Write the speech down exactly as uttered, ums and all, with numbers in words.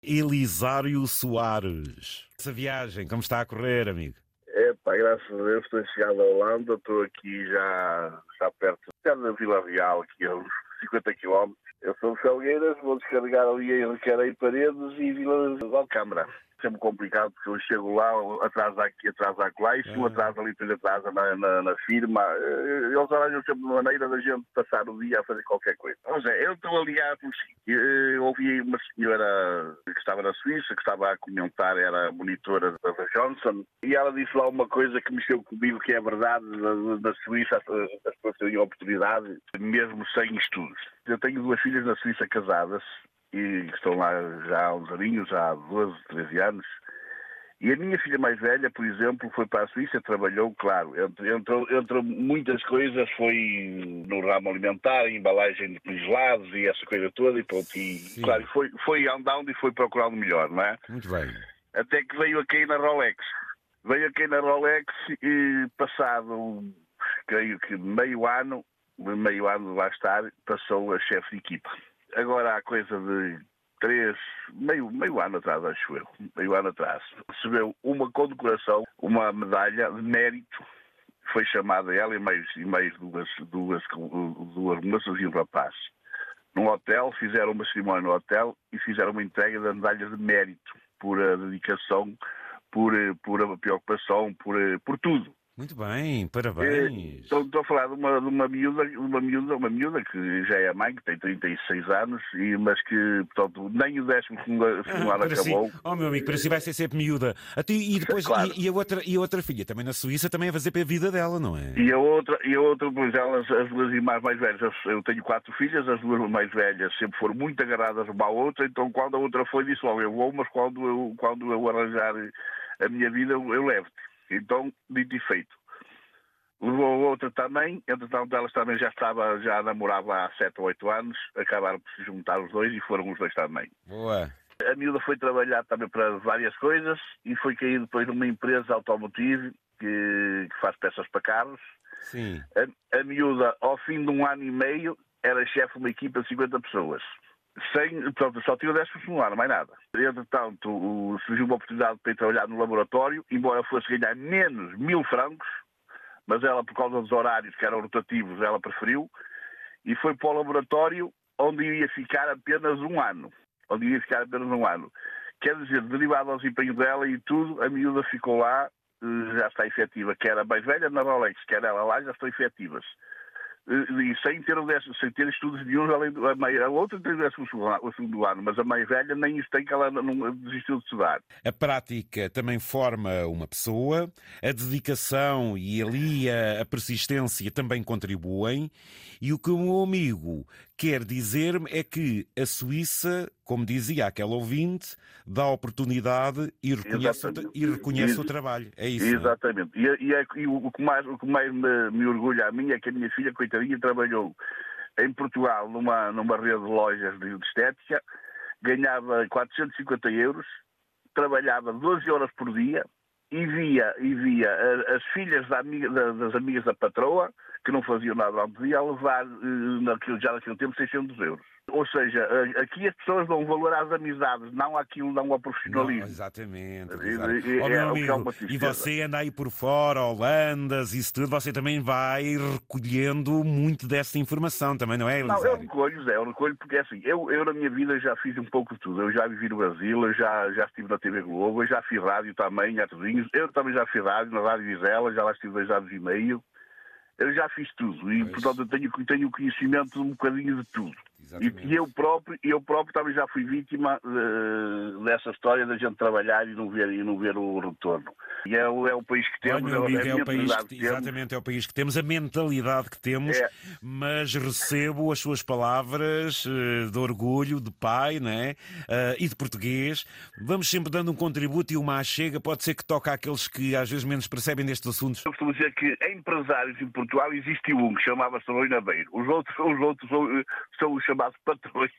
Elisário Soares. Essa viagem, como está a correr, amigo? É pá, graças a Deus estou chegado à Holanda, estou aqui já, já perto da Vila Real, aqui a uns cinquenta quilómetros. Eu sou de Felgueiras, vou descarregar ali em Recarei Paredes e Vila de Alcâmara. É sempre complicado porque eu chego lá, atrás aqui, atrás lá, e se um atrás ali, depois atrás na, na, na firma. Eles arranjam sempre uma maneira da gente passar o dia a fazer qualquer coisa. Ou seja, eu estou a ligar por si. Eu ouvi uma senhora que estava na Suíça, que estava a comentar, era monitora da Johnson, e ela disse lá uma coisa que mexeu comigo, que é verdade, na Suíça as pessoas têm oportunidade, mesmo sem estudos. Eu tenho duas filhas na Suíça casadas, e estão lá já há uns aninhos, já há doze, treze anos. E a minha filha mais velha, por exemplo, foi para a Suíça, trabalhou, claro, entre, entre, entre muitas coisas, foi no ramo alimentar, embalagem de congelados e essa coisa toda, e pronto, e Sim. claro, foi, foi andando e foi procurando melhor, não é? Muito bem. Até que veio a cair na Rolex. Veio a cair na Rolex e passado, creio que meio ano, meio ano de lá estar, passou a chefe de equipa. Agora há coisa de três, meio, meio ano atrás, acho eu, meio ano atrás, recebeu uma condecoração, uma medalha de mérito, foi chamada ela e mais, e mais duas, duas, duas moças e um rapaz. Num hotel, fizeram uma cerimónia no hotel e fizeram uma entrega da medalha de mérito, por a dedicação, por, por a preocupação, por, por tudo. Muito bem, parabéns. Estou, estou a falar de uma, de uma miúda, uma miúda, uma miúda que já é mãe, que tem trinta e seis anos, e, mas que, portanto, nem o décimo segundo Ah, ano acabou. Si. Oh, meu amigo, para si vai ser sempre miúda. Até, e depois, claro. e, e, a outra, e a outra filha, também na Suíça, também a fazer para a vida dela, não é? E a outra, e a outra pois elas, as duas irmãs mais velhas, eu tenho quatro filhas, as duas mais velhas sempre foram muito agarradas uma à outra, então quando a outra foi, disse logo, eu vou, mas quando eu, quando eu arranjar a minha vida, eu, eu levo-te. Então, dito e feito. Levou a outra também, entretanto elas também já estava, já namorava há sete ou oito anos, acabaram por se juntar os dois e foram os dois também. Boa. A miúda foi trabalhar também para várias coisas e foi cair depois numa empresa automotive que, que faz peças para carros. Sim. A, a miúda, ao fim de um ano e meio, era chefe de uma equipa de cinquenta pessoas. Sem, portanto, só tinha dez funcionários, mais nada. Entretanto, surgiu uma oportunidade para ir trabalhar no laboratório, embora fosse ganhar menos mil francos, mas ela, por causa dos horários que eram rotativos, ela preferiu, e foi para o laboratório onde ia ficar apenas um ano. Onde ia ficar apenas um ano. Quer dizer, derivado ao desempenho dela e tudo, a miúda ficou lá, já está efetiva, quer a mais velha na Rolex, quer ela lá, já estão efetivas. E sem ter, sem ter estudos nenhum, além do, a, a outra tem o segundo ano, mas a mais velha nem isso tem, que ela não desistiu de estudar. A prática também forma uma pessoa, a dedicação e ali a, a persistência também contribuem, e o que o meu amigo quer dizer-me é que a Suíça, como dizia aquele ouvinte, dá oportunidade e reconhece, o, e reconhece o trabalho. É isso. Exatamente. Não é? E, e, é, e o, que mais, o que mais me, me orgulha a mim é que a minha filha, coitadinha, trabalhou em Portugal numa, numa rede de lojas de estética, ganhava quatrocentos e cinquenta euros, trabalhava doze horas por dia e via, e via as filhas da amiga, das amigas da patroa, que não faziam nada durante o dia, a levar naquilo, já naquele tempo seiscentos euros. Ou seja, aqui as pessoas dão valor às amizades, não àquilo, não ao profissionalismo. Não, exatamente. exatamente. E, oh, meu é, amigo, é e você anda aí por fora, Holandas, isso tudo, você também vai recolhendo muito dessa informação também, não é, Elisário? Não, eu recolho, Zé, eu recolho porque é assim, eu, eu na minha vida já fiz um pouco de tudo. Eu já vivi no Brasil, eu já, já estive na T V Globo, eu já fiz rádio também, há tudinhos. Eu também já fiz rádio, na Rádio Vizela, já lá estive dois anos e meio. Eu já fiz tudo e, pois. portanto, eu tenho, tenho conhecimento de um bocadinho de tudo. E, e eu próprio, eu próprio também já fui vítima uh, dessa história da gente trabalhar e não ver, e não ver o retorno. E é, o, é o país que temos. Olha, meu amigo, é, é o país que, que exatamente, é o país que temos, a mentalidade que temos, é. Mas recebo as suas palavras uh, de orgulho, de pai, né? uh, e de português. Vamos sempre dando um contributo e uma achega, pode ser que toque àqueles que às vezes menos percebem destes assuntos. Eu costumo dizer que empresários em Portugal existe um que chamava-se Rui Nabeiro. Os outros, os outros são, são os chamados patrões.